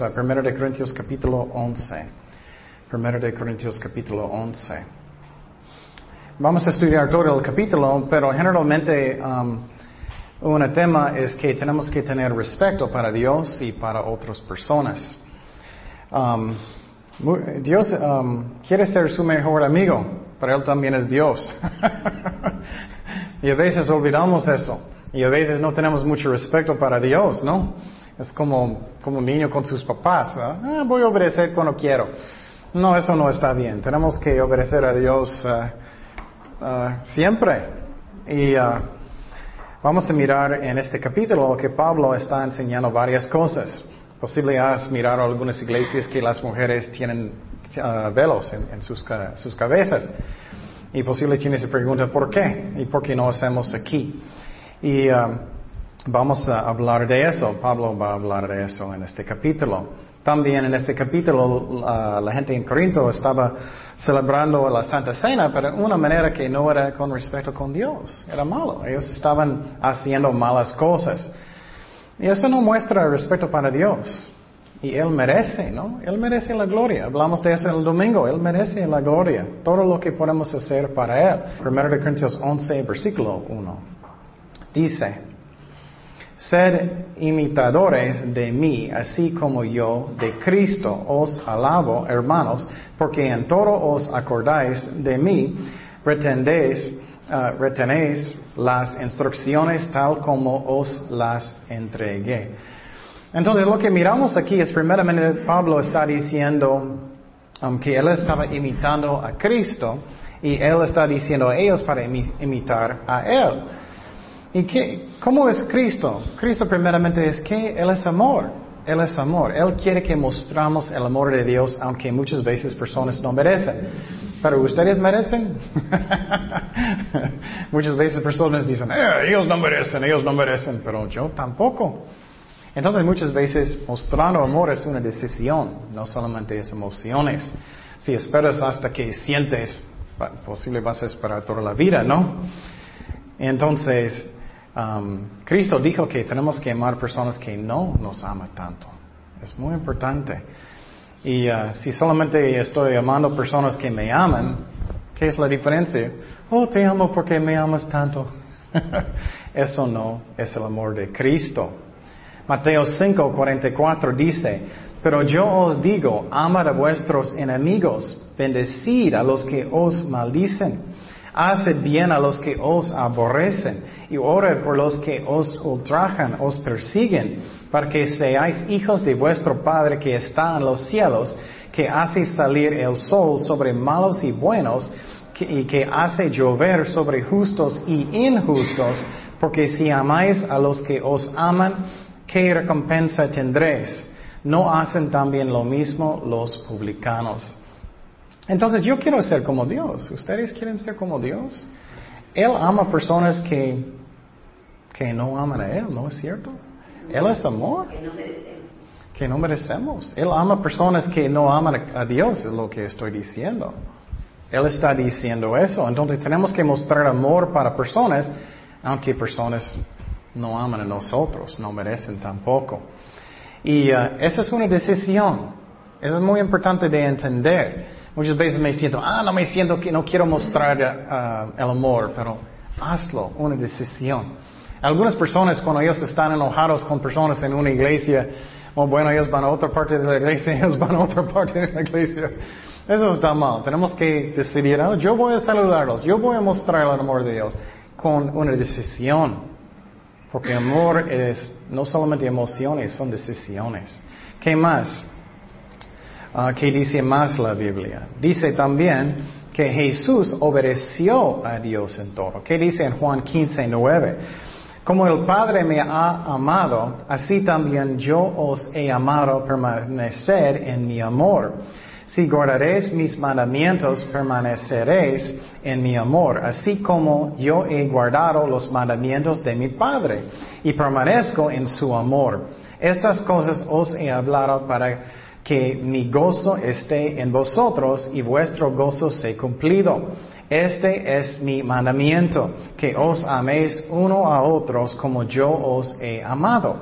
a 1 de Corintios capítulo 11. 1 de Corintios capítulo 11. Vamos a estudiar todo el capítulo, pero generalmente un tema es que tenemos que tener respeto para Dios y para otras personas. Dios quiere ser su mejor amigo, pero Él también es Dios. Y a veces olvidamos eso. Y a veces no tenemos mucho respeto para Dios, ¿no? Es como un niño con sus papás. Voy a obedecer cuando quiero. No, eso no está bien. Tenemos que obedecer a Dios siempre. Y vamos a mirar en este capítulo que Pablo está enseñando varias cosas. Posible has mirado algunas iglesias que las mujeres tienen velos en sus cabezas. Y posible tienes la pregunta, ¿por qué? ¿Y por qué no hacemos aquí? Y vamos a hablar de eso. Pablo va a hablar de eso en este capítulo. También en este capítulo la gente en Corinto estaba celebrando la Santa Cena, pero de una manera que no era con respeto con Dios. Era malo. Ellos estaban haciendo malas cosas. Y eso no muestra respeto para Dios. Y Él merece, ¿no? Él merece la gloria. Hablamos de eso el domingo. Él merece la gloria. Todo lo que podemos hacer para Él. 1 de Corintios 11, versículo 1. Dice, sed imitadores de mí, así como yo de Cristo os alabo, hermanos, porque en todo os acordáis de mí, retenéis las instrucciones tal como os las entregué. Entonces lo que miramos aquí es primeramente Pablo está diciendo que él estaba imitando a Cristo y él está diciendo a ellos para imitar a él. ¿Y cómo es Cristo? Cristo primeramente es que Él es amor. Él es amor. Él quiere que mostramos el amor de Dios, aunque muchas veces personas no merecen. ¿Pero ustedes merecen? Muchas veces personas dicen, ellos no merecen, pero yo tampoco. Entonces muchas veces mostrando amor es una decisión, no solamente es emociones. Si esperas hasta que sientes, posible vas a esperar toda la vida, ¿no? Entonces, Cristo dijo que tenemos que amar personas que no nos aman tanto. Es muy importante. Y si solamente estoy amando personas que me aman, ¿qué es la diferencia? Oh, te amo porque me amas tanto. Eso no es el amor de Cristo. Mateo 5:44 dice, pero yo os digo, amad a vuestros enemigos, bendecid a los que os maldicen, haced bien a los que os aborrecen y orad por los que os ultrajan, os persiguen, para que seáis hijos de vuestro Padre que está en los cielos, que hace salir el sol sobre malos y buenos, y que hace llover sobre justos y injustos, porque si amáis a los que os aman, ¿qué recompensa tendréis? ¿No hacen también lo mismo los publicanos? Entonces yo quiero ser como Dios. ¿Ustedes quieren ser como Dios? Él ama personas que no aman a Él, ¿no es cierto? Él es amor. Que no merecemos. Él ama personas que no aman a Dios, es lo que estoy diciendo. Él está diciendo eso. Entonces tenemos que mostrar amor para personas, aunque personas no aman a nosotros, no merecen tampoco. Y esa es una decisión. Eso es muy importante de entender. Muchas veces me siento, no quiero mostrar el amor, pero hazlo, una decisión. Algunas personas cuando ellos están enojados con personas en una iglesia, ellos van a otra parte de la iglesia, ellos van a otra parte de la iglesia. Eso está mal. Tenemos que decidir, yo voy a saludarlos, yo voy a mostrar el amor de Dios con una decisión. Porque amor es no solamente emociones, son decisiones. ¿Qué más? ¿Qué dice más la Biblia? Dice también que Jesús obedeció a Dios en todo. ¿Qué dice en Juan 15:9? Como el Padre me ha amado, así también yo os he amado, permaneced en mi amor. Si guardaréis mis mandamientos, permaneceréis en mi amor, así como yo he guardado los mandamientos de mi Padre, y permanezco en su amor. Estas cosas os he hablado para que mi gozo esté en vosotros y vuestro gozo sea cumplido. Este es mi mandamiento, que os améis uno a otros como yo os he amado.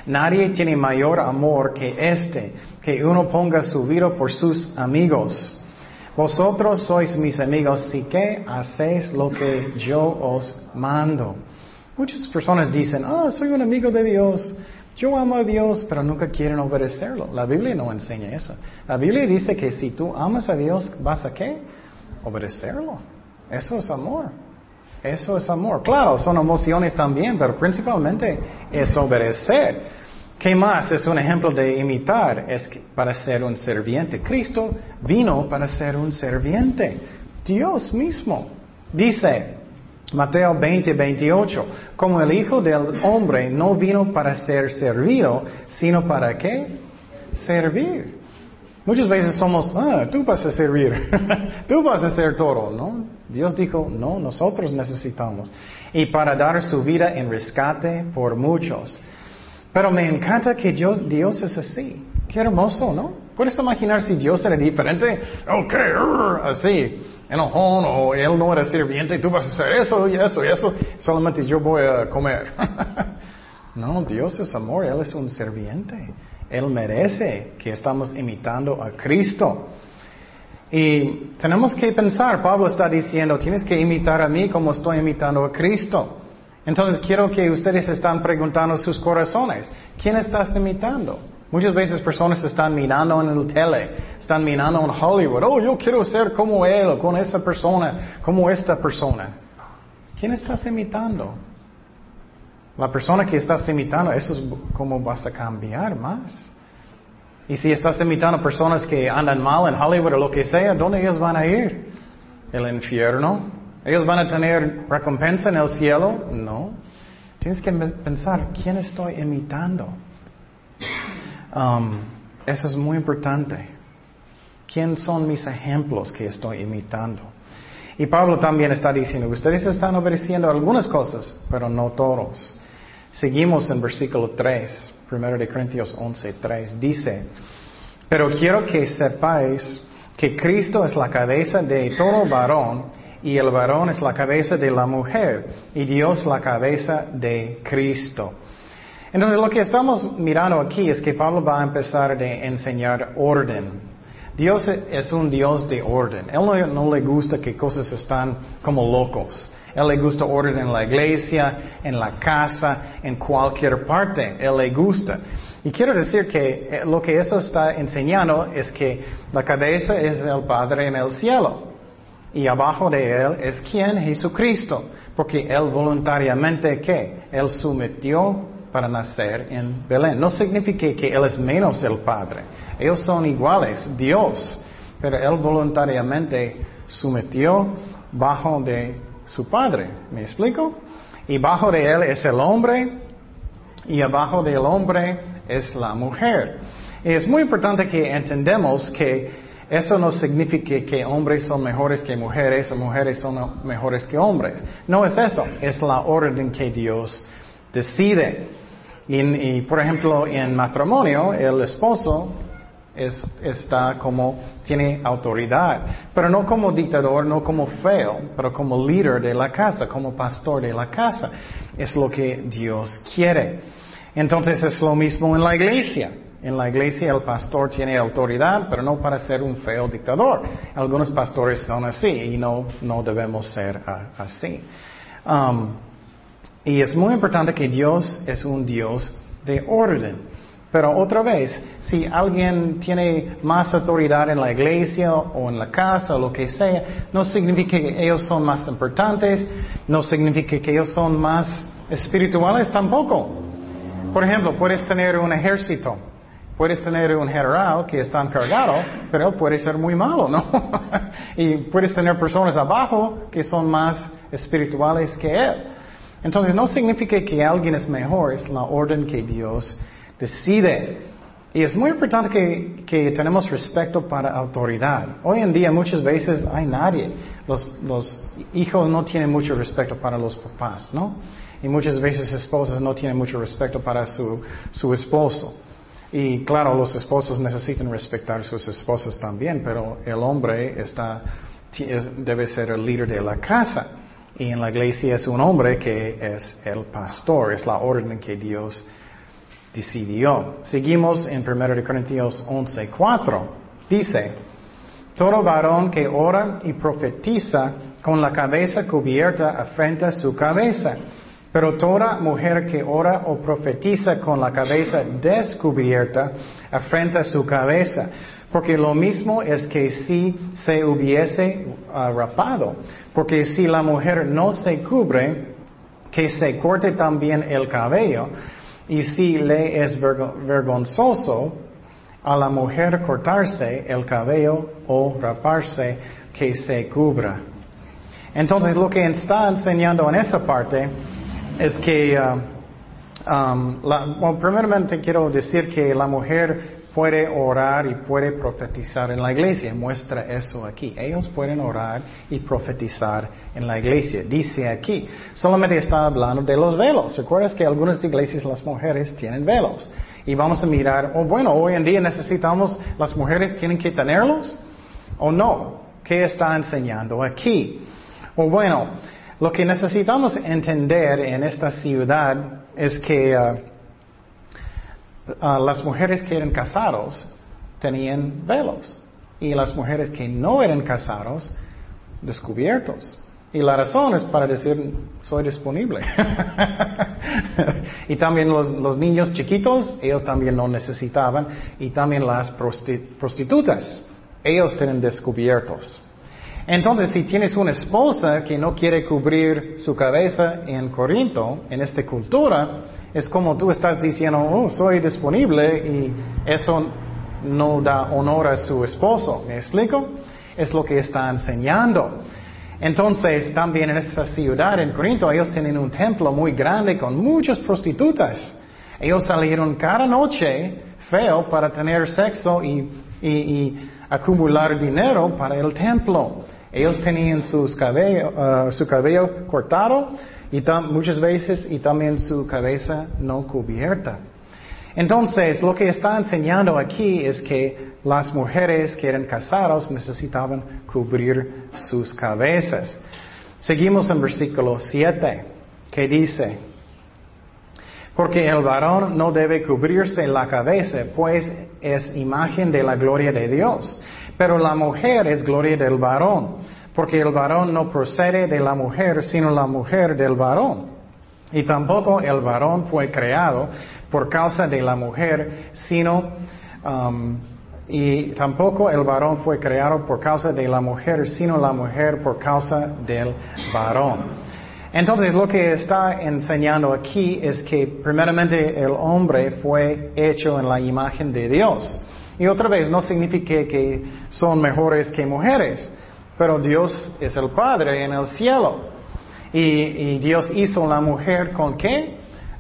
Nadie tiene mayor amor que que uno ponga su vida por sus amigos. Vosotros sois mis amigos si que hacéis lo que yo os mando. Muchas personas dicen, soy un amigo de Dios. Yo amo a Dios, pero nunca quieren obedecerlo. La Biblia no enseña eso. La Biblia dice que si tú amas a Dios, ¿vas a qué? Obedecerlo. Eso es amor. Eso es amor. Claro, son emociones también, pero principalmente es obedecer. ¿Qué más? Es un ejemplo de imitar. Es para ser un serviente. Cristo vino para ser un serviente. Dios mismo. Dice Mateo 20:28, como el Hijo del Hombre no vino para ser servido, sino para ¿qué? Servir. Muchas veces somos, tú vas a servir, tú vas a hacer todo, ¿no? Dios dijo, no, nosotros necesitamos. Y para dar su vida en rescate por muchos. Pero me encanta que Dios es así. Qué hermoso, ¿no? ¿Puedes imaginar si Dios era diferente? Ok, así, enojón, o Él no era sirviente, tú vas a hacer eso y eso y eso, solamente yo voy a comer. No, Dios es amor, Él es un sirviente. Él merece que estamos imitando a Cristo. Y tenemos que pensar, Pablo está diciendo, tienes que imitar a mí como estoy imitando a Cristo. Entonces quiero que ustedes están preguntando sus corazones, ¿quién estás imitando? Muchas veces personas están mirando en el tele, están mirando en Hollywood, yo quiero ser como él o con esa persona, como esta persona. ¿Quién estás imitando? La persona que estás imitando, eso es cómo vas a cambiar más. Y si estás imitando personas que andan mal en Hollywood o lo que sea, ¿dónde ellos van a ir? ¿El infierno? ¿Ellos van a tener recompensa en el cielo? No. Tienes que pensar, ¿quién estoy imitando? Eso es muy importante. ¿Quién son mis ejemplos que estoy imitando? Y Pablo también está diciendo, ustedes están obedeciendo algunas cosas, pero no todos. Seguimos en versículo 3, 1 de Corintios 11:3. Dice, pero quiero que sepáis que Cristo es la cabeza de todo varón, y el varón es la cabeza de la mujer, y Dios la cabeza de Cristo. Entonces lo que estamos mirando aquí es que Pablo va a empezar a enseñar orden. Dios es un Dios de orden. Él no le gusta que cosas están como locos. Él le gusta orden en la iglesia, en la casa, en cualquier parte. Él le gusta. Y quiero decir que lo que eso está enseñando es que la cabeza es el Padre en el cielo. Y abajo de Él es ¿quién? Jesucristo. Porque Él voluntariamente, ¿qué? Él sometió para nacer en Belén. No significa que Él es menos el Padre. Ellos son iguales, Dios. Pero Él voluntariamente sometió bajo de su Padre. ¿Me explico? Y bajo de Él es el hombre y abajo del hombre es la mujer. Y es muy importante que entendamos que eso no significa que hombres son mejores que mujeres o mujeres son mejores que hombres. No es eso. Es la orden que Dios decide. Y por ejemplo, en matrimonio, el esposo está como, tiene autoridad, pero no como dictador, no como feo, pero como líder de la casa, como pastor de la casa. Es lo que Dios quiere. Entonces es lo mismo en la iglesia. En la iglesia el pastor tiene autoridad, pero no para ser un feo dictador. Algunos pastores son así y no debemos ser así. Y es muy importante que Dios es un Dios de orden. Pero otra vez, si alguien tiene más autoridad en la iglesia o en la casa o lo que sea, no significa que ellos son más importantes, no significa que ellos son más espirituales tampoco. Por ejemplo, puedes tener un ejército, puedes tener un general que está encargado, pero él puede ser muy malo, ¿no? Y puedes tener personas abajo que son más espirituales que él. Entonces no significa que alguien es mejor, es la orden que Dios decide. Y es muy importante que tenemos respeto para autoridad. Hoy en día muchas veces hay nadie. Los hijos no tienen mucho respeto para los papás, ¿no? Y muchas veces esposas no tienen mucho respeto para su esposo. Y claro, los esposos necesitan respetar a sus esposas también, pero el hombre debe ser el líder de la casa. Y en la iglesia es un hombre que es el pastor, es la orden que Dios decidió. Seguimos en 1 Corintios 11:4. Dice, todo varón que ora y profetiza con la cabeza cubierta afrenta su cabeza, pero toda mujer que ora o profetiza con la cabeza descubierta afrenta su cabeza, porque lo mismo es que si se hubiese rapado, porque si la mujer no se cubre, que se corte también el cabello, y si le es vergonzoso a la mujer cortarse el cabello o raparse, que se cubra. Entonces lo que está enseñando en esa parte es que, primeramente quiero decir que la mujer puede orar y puede profetizar en la iglesia. Muestra eso aquí. Ellos pueden orar y profetizar en la iglesia. Dice aquí, solamente está hablando de los velos. ¿Recuerdas que algunas iglesias las mujeres tienen velos? Y vamos a mirar, hoy en día necesitamos, las mujeres tienen que tenerlos o no. ¿Qué está enseñando aquí? Lo que necesitamos entender en esta ciudad es que las mujeres que eran casados tenían velos y las mujeres que no eran casados descubiertos. Y la razón es para decir, soy disponible. Y también los niños chiquitos, ellos también no necesitaban. Y también las prostitutas, ellos tienen descubiertos. Entonces, si tienes una esposa que no quiere cubrir su cabeza en Corinto, en esta cultura, es como tú estás diciendo, soy disponible, y eso no da honor a su esposo. ¿Me explico? Es lo que está enseñando. Entonces, también en esta ciudad, en Corinto, ellos tienen un templo muy grande con muchas prostitutas. Ellos salieron cada noche feo para tener sexo y acumular dinero para el templo. Ellos tenían su cabello cortado y muchas veces y también su cabeza no cubierta. Entonces, lo que está enseñando aquí es que las mujeres que eran casadas necesitaban cubrir sus cabezas. Seguimos en versículo 7, que dice, porque el varón no debe cubrirse la cabeza, pues es imagen de la gloria de Dios. Pero la mujer es gloria del varón, porque el varón no procede de la mujer, sino la mujer del varón. Y tampoco el varón fue creado por causa de la mujer, y tampoco el varón fue creado por causa de la mujer, sino la mujer por causa del varón. Entonces lo que está enseñando aquí es que primeramente el hombre fue hecho en la imagen de Dios. Y otra vez, no significa que son mejores que mujeres, pero Dios es el Padre en el cielo. Y Dios hizo la mujer con ¿qué?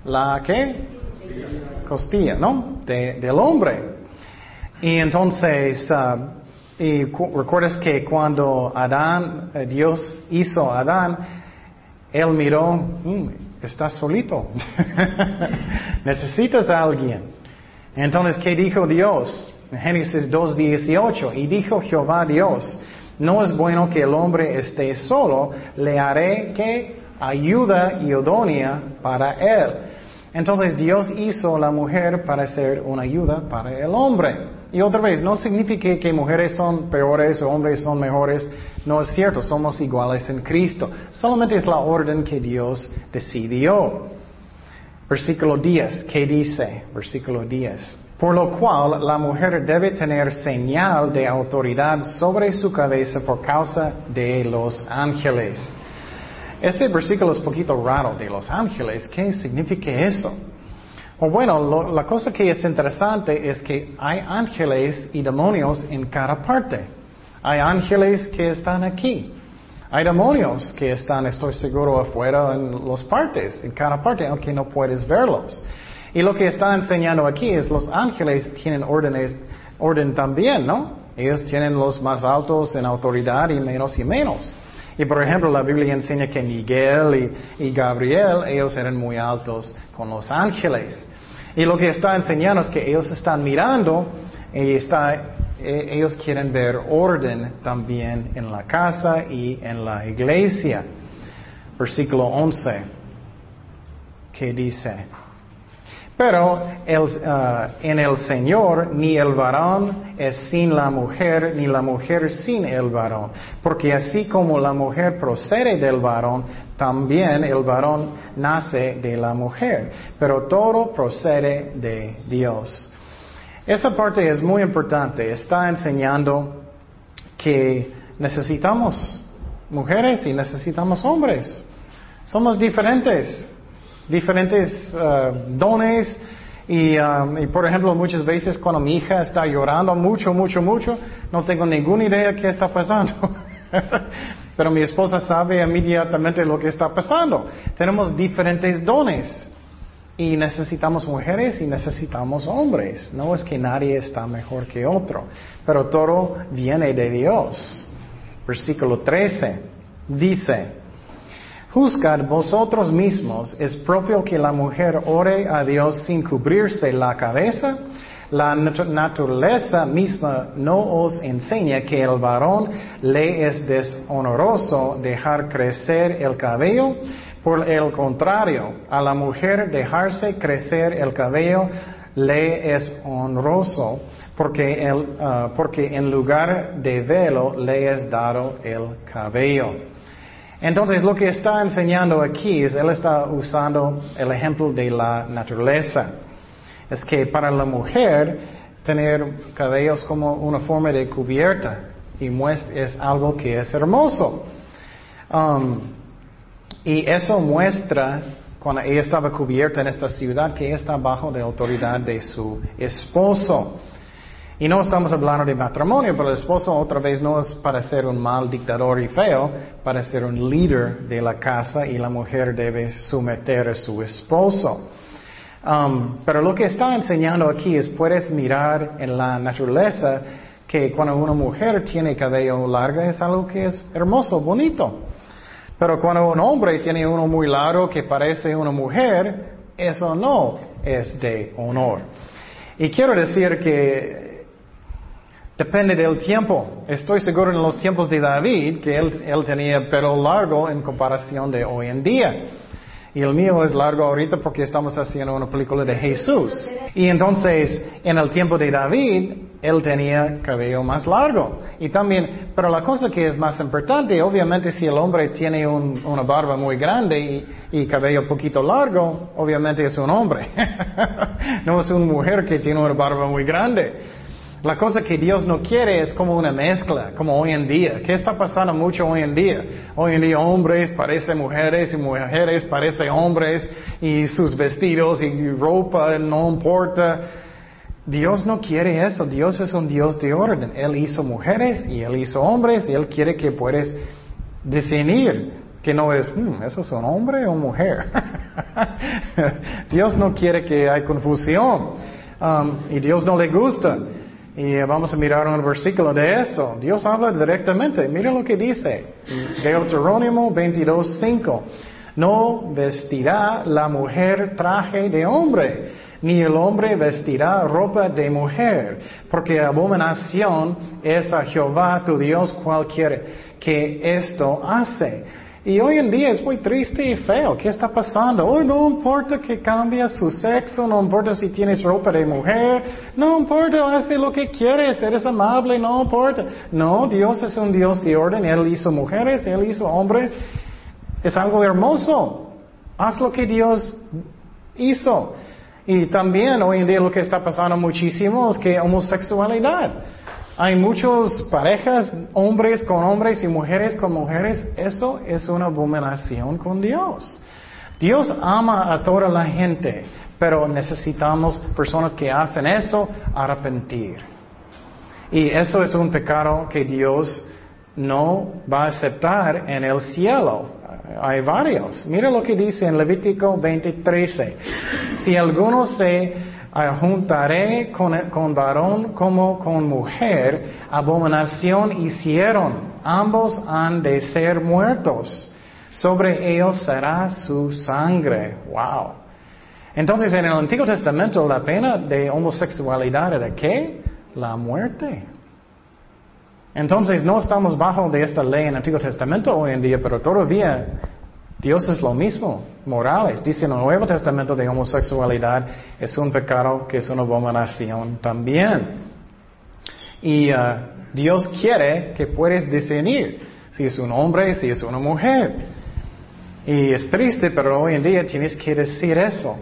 Costilla, ¿no? Del hombre. Y entonces, recuerdas que cuando Dios hizo a Adán, él miró, estás solito. Necesitas a alguien. Entonces, ¿qué dijo Dios? En Génesis 2:18, y dijo Jehová Dios, no es bueno que el hombre esté solo, le haré que ayuda idónea para él. Entonces Dios hizo la mujer para ser una ayuda para el hombre. Y otra vez, no significa que mujeres son peores o hombres son mejores. No es cierto, somos iguales en Cristo. Solamente es la orden que Dios decidió. Versículo 10, ¿qué dice? Versículo 10. Por lo cual la mujer debe tener señal de autoridad sobre su cabeza por causa de los ángeles. Ese versículo es un poquito raro, de los ángeles. ¿Qué significa eso? La cosa que es interesante es que hay ángeles y demonios en cada parte. Hay ángeles que están aquí. Hay demonios que están, estoy seguro, afuera en las partes, en cada parte, aunque no puedes verlos. Y lo que está enseñando aquí es los ángeles tienen orden también, ¿no? Ellos tienen los más altos en autoridad y menos. Y por ejemplo, la Biblia enseña que Miguel y Gabriel, ellos eran muy altos con los ángeles. Y lo que está enseñando es que ellos están mirando y ellos quieren ver orden también en la casa y en la iglesia. Versículo 11, ¿qué dice? Pero en el Señor ni el varón es sin la mujer, ni la mujer sin el varón. Porque así como la mujer procede del varón, también el varón nace de la mujer. Pero todo procede de Dios. Esa parte es muy importante. Está enseñando que necesitamos mujeres y necesitamos hombres. Somos diferentes dones y por ejemplo muchas veces cuando mi hija está llorando mucho, no tengo ninguna idea qué está pasando. Pero mi esposa sabe inmediatamente lo que está pasando. Tenemos diferentes dones y necesitamos mujeres y necesitamos hombres. No es que nadie está mejor que otro, pero todo viene de Dios. Versículo 13 dice: Juzgad vosotros mismos, ¿es propio que la mujer ore a Dios sin cubrirse la cabeza? La naturaleza misma no os enseña que el varón le es deshonroso dejar crecer el cabello. Por el contrario, a la mujer dejarse crecer el cabello le es honroso, porque en lugar de velo le es dado el cabello. Entonces lo que está enseñando aquí es, él está usando el ejemplo de la naturaleza. Es que para la mujer tener cabellos como una forma de cubierta y es algo que es hermoso. Y eso muestra, cuando ella estaba cubierta en esta ciudad, que ella está bajo la autoridad de su esposo. Y no estamos hablando de matrimonio, pero el esposo otra vez no es para ser un mal dictador y feo, para ser un líder de la casa y la mujer debe someter a su esposo. Pero lo que está enseñando aquí es, puedes mirar en la naturaleza que cuando una mujer tiene cabello largo es algo que es hermoso, bonito. Pero cuando un hombre tiene uno muy largo que parece una mujer, eso no es de honor. Y quiero decir que depende del tiempo. Estoy seguro en los tiempos de David que él tenía pelo largo en comparación de hoy en día. Y el mío es largo ahorita porque estamos haciendo una película de Jesús. Y entonces, en el tiempo de David, él tenía cabello más largo. Y también, pero la cosa que es más importante, obviamente si el hombre tiene una barba muy grande y cabello un poquito largo, obviamente es un hombre. No es una mujer que tiene una barba muy grande. La cosa que Dios no quiere es como una mezcla, como hoy en día. ¿Qué está pasando mucho hoy en día? Hoy en día hombres parecen mujeres y mujeres parecen hombres y sus vestidos y ropa no importa. Dios no quiere eso. Dios es un Dios de orden. Él hizo mujeres y Él hizo hombres y Él quiere que puedas discernir que no es, ¿eso es un hombre o mujer? Dios no quiere que haya confusión y Dios no le gusta. Y vamos a mirar un versículo de eso. Dios habla directamente. Mira lo que dice. Deuterónimo 22:5. No vestirá la mujer traje de hombre, ni el hombre vestirá ropa de mujer, porque abominación es a Jehová tu Dios cualquiera que esto hace. Y hoy en día es muy triste y feo. ¿Qué está pasando? Oh, no importa que cambie su sexo, no importa si tienes ropa de mujer, no importa, hace lo que quieres, eres amable, no importa. No, Dios es un Dios de orden, Él hizo mujeres, Él hizo hombres. Es algo hermoso. Haz lo que Dios hizo. Y también hoy en día lo que está pasando muchísimo es que homosexualidad. Hay muchas parejas, hombres con hombres y mujeres con mujeres. Eso es una abominación con Dios. Dios ama a toda la gente, pero necesitamos personas que hacen eso arrepentir. Y eso es un pecado que Dios no va a aceptar en el cielo. Hay varios. Mira lo que dice en Levítico 20:13. Si alguno se juntaré con varón como con mujer, abominación hicieron, ambos han de ser muertos, sobre ellos será su sangre. Wow. Entonces en el Antiguo Testamento la pena de homosexualidad era ¿qué? La muerte. Entonces no estamos bajo de esta ley en el Antiguo Testamento hoy en día, pero todavía Dios es lo mismo, morales. Dice en el Nuevo Testamento de homosexualidad es un pecado que es una abominación también. Y Dios quiere que puedas discernir si es un hombre, si es una mujer. Y es triste, pero hoy en día tienes que decir eso.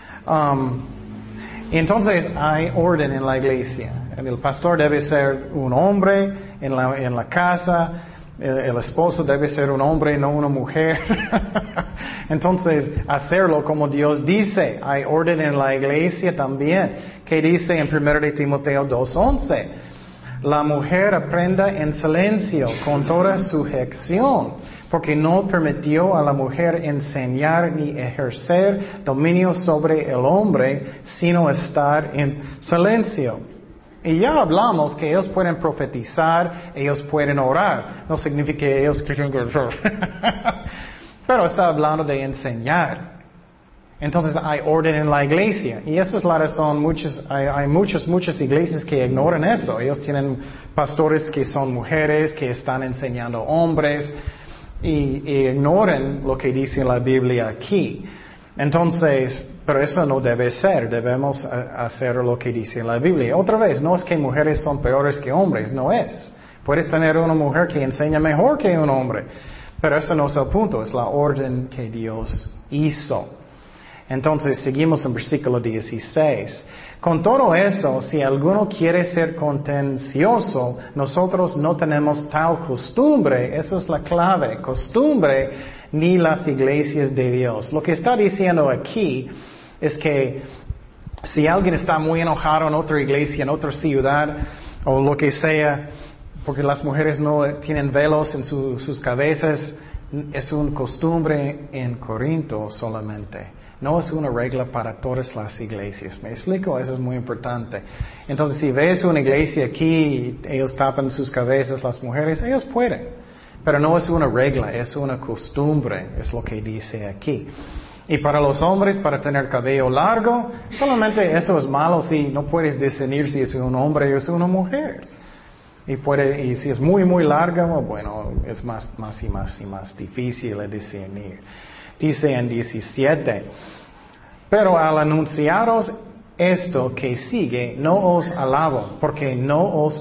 Entonces hay orden en la iglesia. El pastor debe ser un hombre en la casa. El esposo debe ser un hombre, no una mujer. Entonces, hacerlo como Dios dice. Hay orden en la iglesia también. Que dice en 1 de Timoteo 2:11. La mujer aprenda en silencio, con toda sujeción, porque no permitió a la mujer enseñar ni ejercer dominio sobre el hombre, sino estar en silencio. Y ya hablamos que ellos pueden profetizar, ellos pueden orar. No significa que ellos quieren pero está hablando de enseñar. Entonces hay orden en la iglesia. Y esa es la razón. Hay muchas iglesias que ignoran eso. Ellos tienen pastores que son mujeres, que están enseñando hombres. Y ignoran lo que dice la Biblia aquí. Entonces, pero eso no debe ser. Debemos hacer lo que dice la Biblia. Otra vez, no es que mujeres son peores que hombres. No es. Puedes tener una mujer que enseña mejor que un hombre. Pero eso no es el punto. Es la orden que Dios hizo. Entonces, seguimos en versículo 16. Con todo eso, si alguno quiere ser contencioso, nosotros no tenemos tal costumbre. Eso es la clave. Costumbre ni las iglesias de Dios. Lo que está diciendo aquí es que si alguien está muy enojado en otra iglesia, en otra ciudad, o lo que sea, porque las mujeres no tienen velos en sus cabezas, es una costumbre en Corinto solamente. No es una regla para todas las iglesias. ¿Me explico? Eso es muy importante. Entonces, si ves una iglesia aquí, ellos tapan sus cabezas, las mujeres, ellos pueden. Pero no es una regla, es una costumbre, es lo que dice aquí. Y para los hombres, para tener cabello largo, solamente eso es malo si no puedes discernir si es un hombre o es una mujer. Y si es muy, muy larga, bueno, es más difícil de discernir. Dice en 17, pero al anunciaros esto que sigue, no os alabo, porque no os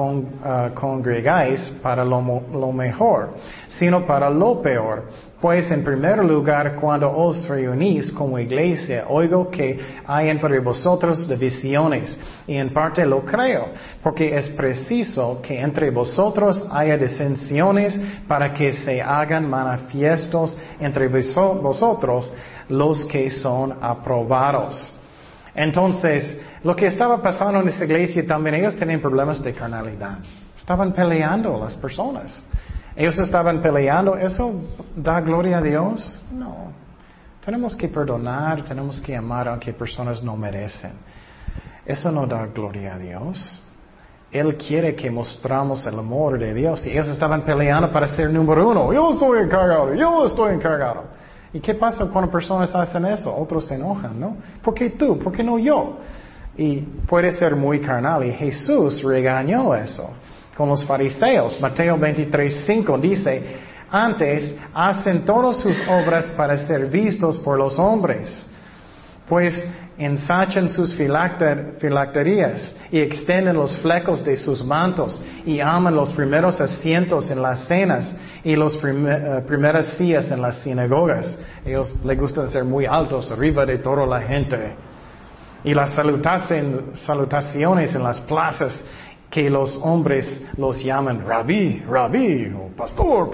congregáis para lo mejor, sino para lo peor. Pues en primer lugar, cuando os reunís como iglesia, oigo que hay entre vosotros divisiones, y en parte lo creo, porque es preciso que entre vosotros haya disensiones para que se hagan manifiestos entre vosotros los que son aprobados. Entonces, lo que estaba pasando en esa iglesia también, ellos tenían problemas de carnalidad. Estaban peleando las personas. Ellos estaban peleando. ¿Eso da gloria a Dios? No. Tenemos que perdonar, tenemos que amar aunque personas no merecen. Eso no da gloria a Dios. Él quiere que mostramos el amor de Dios. Y ellos estaban peleando para ser número uno. Yo estoy encargado. ¿Y qué pasa cuando personas hacen eso? Otros se enojan, ¿no? ¿Por qué tú? ¿Por qué no yo? Y puede ser muy carnal. Y Jesús regañó eso con los fariseos. Mateo 23:5 dice, antes hacen todas sus obras para ser vistos por los hombres, pues ensachan sus filacterías y extienden los flecos de sus mantos y aman los primeros asientos en las cenas y las primeras sillas en las sinagogas. Ellos les gusta ser muy altos arriba de toda la gente. Y las salutaciones en las plazas que los hombres los llaman rabí, o pastor.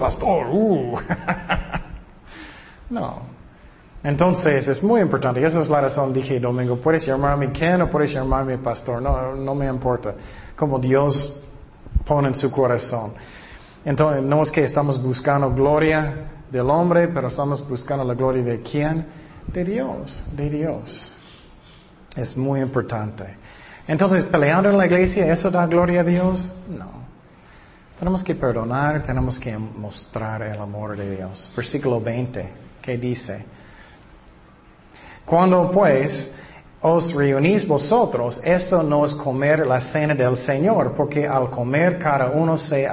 No. Entonces, es muy importante. Esa es la razón, dije domingo, puedes llamarme Ken o puedes llamarme pastor. No me importa. Como Dios pone en su corazón. Entonces, no es que estamos buscando gloria del hombre, pero estamos buscando la gloria de ¿quién? De Dios. Es muy importante. Entonces, peleando en la iglesia, ¿eso da gloria a Dios? No. Tenemos que perdonar, tenemos que mostrar el amor de Dios. Versículo 20, ¿qué dice? Cuando pues os reunís vosotros, esto no es comer la cena del Señor, porque al comer cada uno se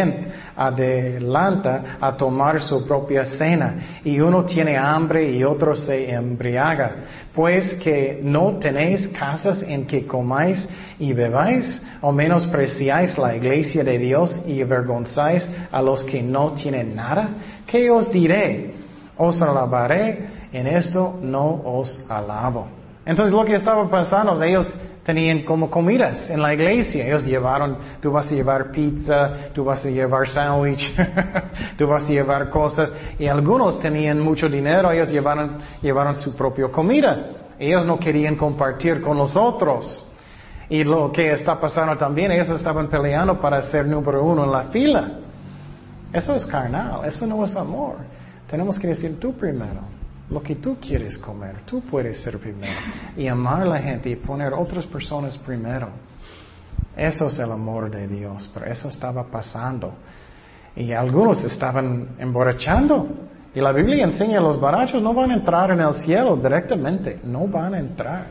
adelanta a tomar su propia cena, y uno tiene hambre y otro se embriaga. Pues que no tenéis casas en que comáis y bebáis, o menospreciáis la iglesia de Dios y avergonzáis a los que no tienen nada. ¿Qué os diré? ¿Os alabaré? En esto no os alabo. Entonces lo que estaba pasando, ellos tenían como comidas en la iglesia. Ellos llevaron, tú vas a llevar pizza, tú vas a llevar sándwich, tú vas a llevar cosas. Y algunos tenían mucho dinero, ellos llevaron su propia comida. Ellos no querían compartir con los otros. Y lo que está pasando también, ellos estaban peleando para ser número uno en la fila. Eso es carnal, eso no es amor. Tenemos que decir tú primero. Lo que tú quieres comer, tú puedes ser primero. Y amar a la gente y poner otras personas primero. Eso es el amor de Dios. Pero eso estaba pasando. Y algunos estaban emborrachando. Y la Biblia enseña que los borrachos no van a entrar en el cielo directamente. No van a entrar.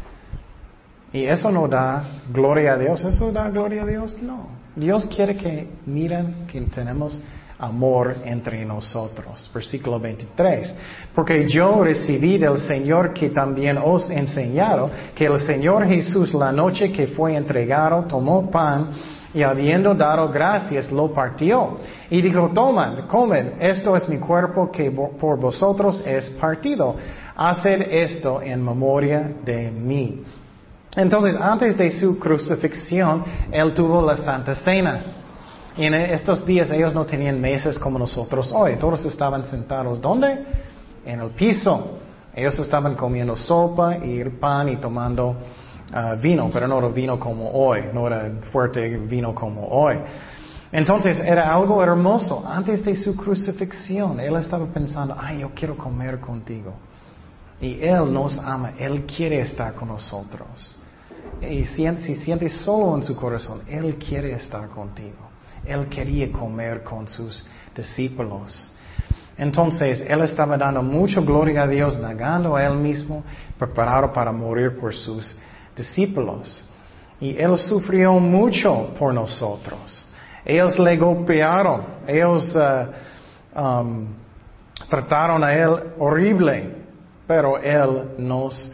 Y eso no da gloria a Dios. ¿Eso da gloria a Dios? No. Dios quiere que miren que tenemos amor entre nosotros. Versículo 23. Porque yo recibí del Señor que también os he enseñado, que el Señor Jesús la noche que fue entregado tomó pan y habiendo dado gracias lo partió. Y dijo, tomad, comed, esto es mi cuerpo que por vosotros es partido. Haced esto en memoria de mí. Entonces, antes de su crucifixión, Él tuvo la Santa Cena. Y en estos días ellos no tenían mesas como nosotros hoy. Todos estaban sentados, ¿dónde? En el piso. Ellos estaban comiendo sopa y pan y tomando vino, pero no era vino como hoy. No era fuerte vino como hoy. Entonces era algo hermoso. Antes de su crucifixión, Él estaba pensando, yo quiero comer contigo. Y Él nos ama. Él quiere estar con nosotros. Y si sientes solo en su corazón, Él quiere estar contigo. Él quería comer con sus discípulos. Entonces, Él estaba dando mucha gloria a Dios, negando a Él mismo, preparado para morir por sus discípulos. Y Él sufrió mucho por nosotros. Ellos le golpearon. Ellos trataron a Él horrible. Pero Él nos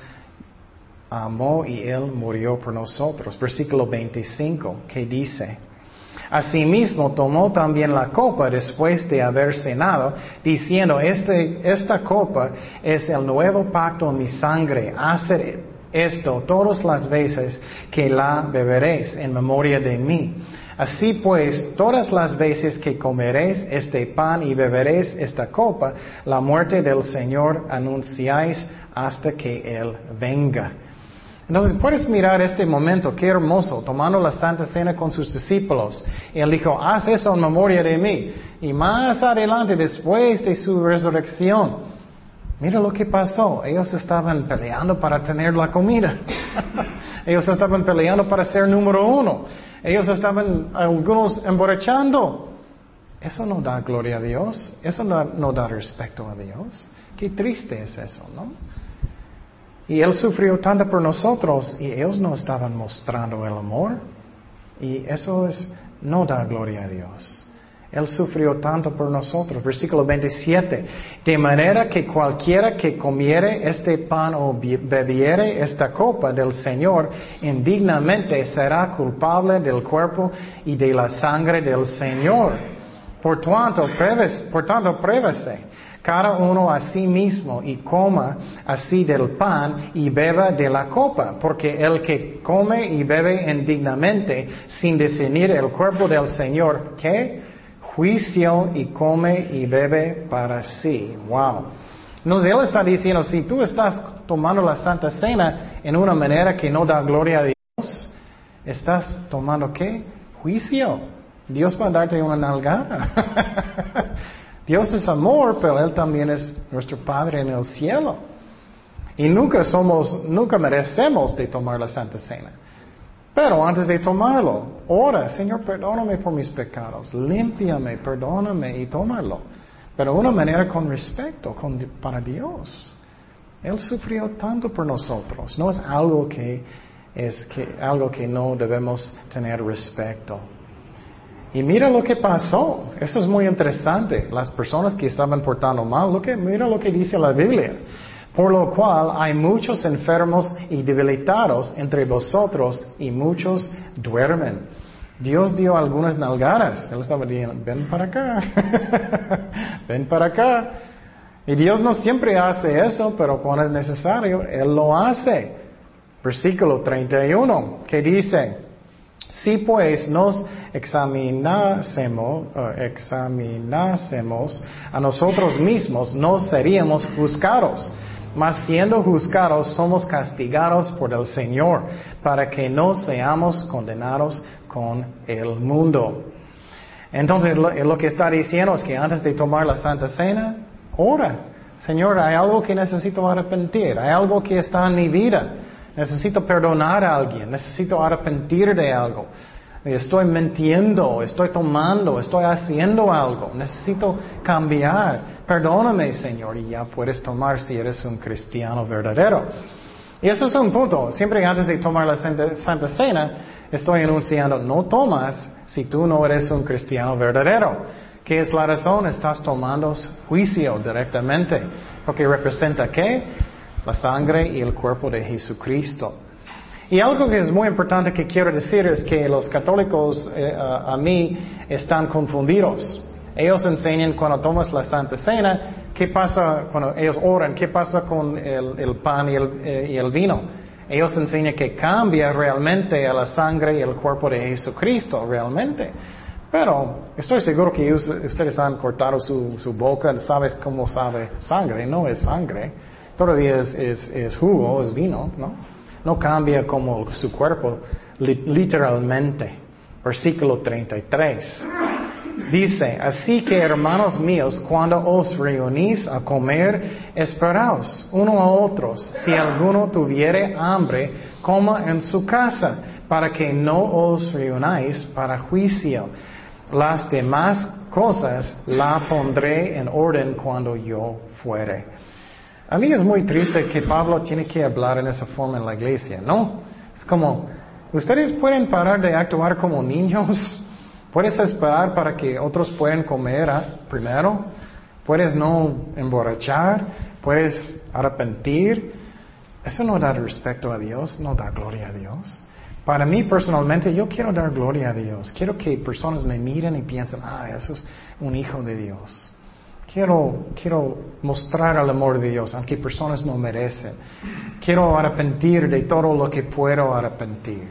amó y Él murió por nosotros. Versículo 25, que dice: Asimismo tomó también la copa después de haber cenado, diciendo, esta copa es el nuevo pacto en mi sangre. Haced esto todas las veces que la beberéis en memoria de mí. Así pues, todas las veces que comeréis este pan y beberéis esta copa, la muerte del Señor anunciáis hasta que Él venga. Entonces puedes mirar este momento, qué hermoso, tomando la Santa Cena con sus discípulos. Y Él dijo, haz eso en memoria de mí. Y más adelante, después de su resurrección, mira lo que pasó. Ellos estaban peleando para tener la comida. Ellos estaban peleando para ser número uno. Ellos estaban, algunos, emborrachando. Eso no da gloria a Dios. Eso no da respeto a Dios. Qué triste es eso, ¿no? Y Él sufrió tanto por nosotros y ellos no estaban mostrando el amor. Y eso no da gloria a Dios. Él sufrió tanto por nosotros. Versículo 27. De manera que cualquiera que comiere este pan o bebiere esta copa del Señor indignamente será culpable del cuerpo y de la sangre del Señor. Por tanto, pruébase cada uno a sí mismo y coma así del pan y beba de la copa, porque el que come y bebe indignamente sin discernir el cuerpo del Señor, ¿qué? Juicio, y come y bebe para sí. Wow. Entonces Él está diciendo, si tú estás tomando la Santa Cena en una manera que no da gloria a Dios, estás tomando ¿qué? Juicio. Dios va a darte una nalgada. Dios es amor, pero Él también es nuestro Padre en el cielo. Y nunca merecemos de tomar la Santa Cena. Pero antes de tomarlo, ora, Señor, perdóname por mis pecados, límpiame, perdóname y tómalo. Pero de una manera con respeto para Dios. Él sufrió tanto por nosotros. No es algo que no debemos tener respeto. Y mira lo que pasó. Eso es muy interesante. Las personas que estaban portando mal, mira lo que dice la Biblia. Por lo cual hay muchos enfermos y debilitados entre vosotros y muchos duermen. Dios dio algunas nalgadas. Él estaba diciendo, ven para acá. Ven para acá. Y Dios no siempre hace eso, pero cuando es necesario, Él lo hace. Versículo 31, que dice, si pues nos examinásemos a nosotros mismos, no seríamos juzgados. Mas siendo juzgados, somos castigados por el Señor, para que no seamos condenados con el mundo. Entonces, lo que está diciendo es que antes de tomar la Santa Cena, ora. Señor, hay algo que necesito arrepentir. Hay algo que está en mi vida. Necesito perdonar a alguien. Necesito arrepentir de algo. Estoy mintiendo. Estoy tomando. Estoy haciendo algo. Necesito cambiar. Perdóname, Señor. Y ya puedes tomar si eres un cristiano verdadero. Y eso es un punto. Siempre antes de tomar la Santa Cena, estoy anunciando, no tomas si tú no eres un cristiano verdadero. ¿Qué es la razón? Estás tomando juicio directamente. Porque representa ¿qué? La sangre y el cuerpo de Jesucristo. Y algo que es muy importante que quiero decir es que los católicos a mí están confundidos. Ellos enseñan cuando tomas la Santa Cena, ¿qué pasa cuando ellos oran? ¿Qué pasa con el pan y el vino? Ellos enseñan que cambia realmente a la sangre y el cuerpo de Jesucristo, realmente. Pero estoy seguro que ustedes han cortado su boca, sabes cómo sabe sangre, no es sangre. Todavía es jugo, es vino, ¿no? No cambia como su cuerpo, literalmente. Versículo 33. Dice, así que hermanos míos, cuando os reunís a comer, esperaos uno a otros. Si alguno tuviere hambre, coma en su casa, para que no os reunáis para juicio. Las demás cosas la pondré en orden cuando yo fuere. A mí es muy triste que Pablo tiene que hablar en esa forma en la iglesia, ¿no? Es como, ¿ustedes pueden parar de actuar como niños? ¿Puedes esperar para que otros puedan comer primero? ¿Puedes no emborrachar? ¿Puedes arrepentir? Eso no da respeto a Dios, no da gloria a Dios. Para mí personalmente, yo quiero dar gloria a Dios. Quiero que personas me miren y piensen, eso es un hijo de Dios. Quiero mostrar el amor de Dios, aunque personas no merecen. Quiero arrepentir de todo lo que puedo arrepentir.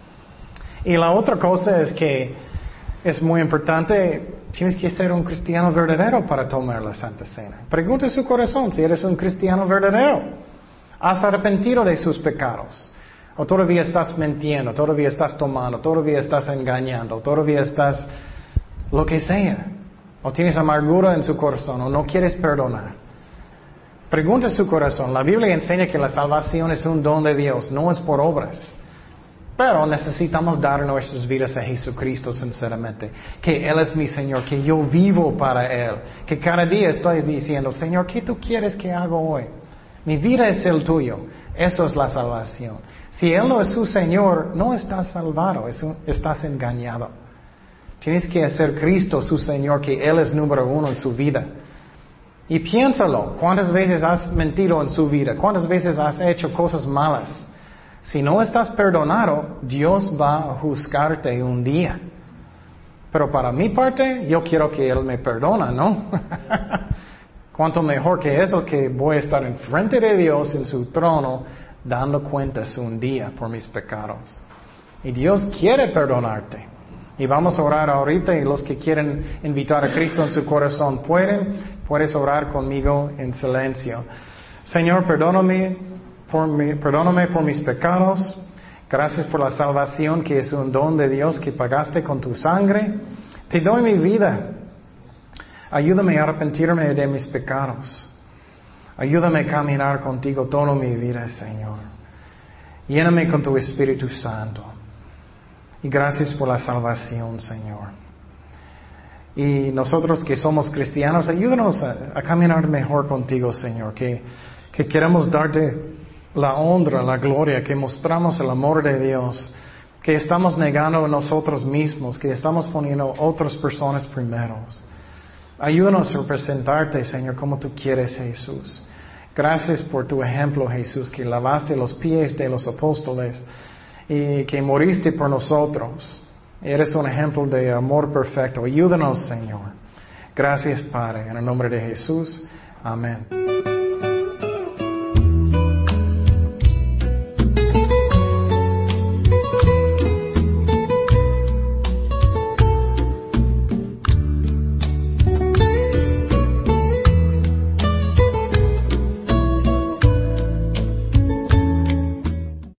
Y la otra cosa es que es muy importante, tienes que ser un cristiano verdadero para tomar la Santa Cena. Pregunta su corazón si eres un cristiano verdadero. ¿Has arrepentido de sus pecados? ¿O todavía estás mintiendo? ¿Todavía estás tomando? ¿Todavía estás engañando? ¿Todavía estás lo que sea? ¿O tienes amargura en su corazón? ¿O no quieres perdonar? Pregunta su corazón. La Biblia enseña que la salvación es un don de Dios, no es por obras. Pero necesitamos dar nuestras vidas a Jesucristo sinceramente. Que Él es mi Señor, que yo vivo para Él. Que cada día estoy diciendo, Señor, ¿qué tú quieres que haga hoy? Mi vida es el tuyo. Eso es la salvación. Si Él no es su Señor, no estás salvado, estás engañado. Tienes que hacer Cristo su Señor, que Él es número uno en su vida. Y piénsalo, ¿cuántas veces has mentido en su vida? ¿Cuántas veces has hecho cosas malas? Si no estás perdonado, Dios va a juzgarte un día. Pero para mi parte, yo quiero que Él me perdona, ¿no? Cuánto mejor que eso, que voy a estar enfrente de Dios en su trono, dando cuentas un día por mis pecados. Y Dios quiere perdonarte. Y vamos a orar ahorita, y los que quieren invitar a Cristo en su corazón puedes orar conmigo en silencio. Señor, perdóname por mis pecados. Gracias por la salvación, que es un don de Dios que pagaste con tu sangre. Te doy mi vida. Ayúdame a arrepentirme de mis pecados. Ayúdame a caminar contigo toda mi vida, Señor. Lléname con tu Espíritu Santo. Y gracias por la salvación, Señor. Y nosotros que somos cristianos, ayúdanos a caminar mejor contigo, Señor. Que que queremos darte la honra, la gloria, que mostramos el amor de Dios, que estamos negando a nosotros mismos, que estamos poniendo a otras personas primeros. Ayúdanos a representarte, Señor, como tú quieres, Jesús. Gracias por tu ejemplo, Jesús, que lavaste los pies de los apóstoles y que moriste por nosotros. Eres un ejemplo de amor perfecto. Ayúdanos, Señor. Gracias, Padre. En el nombre de Jesús. Amén.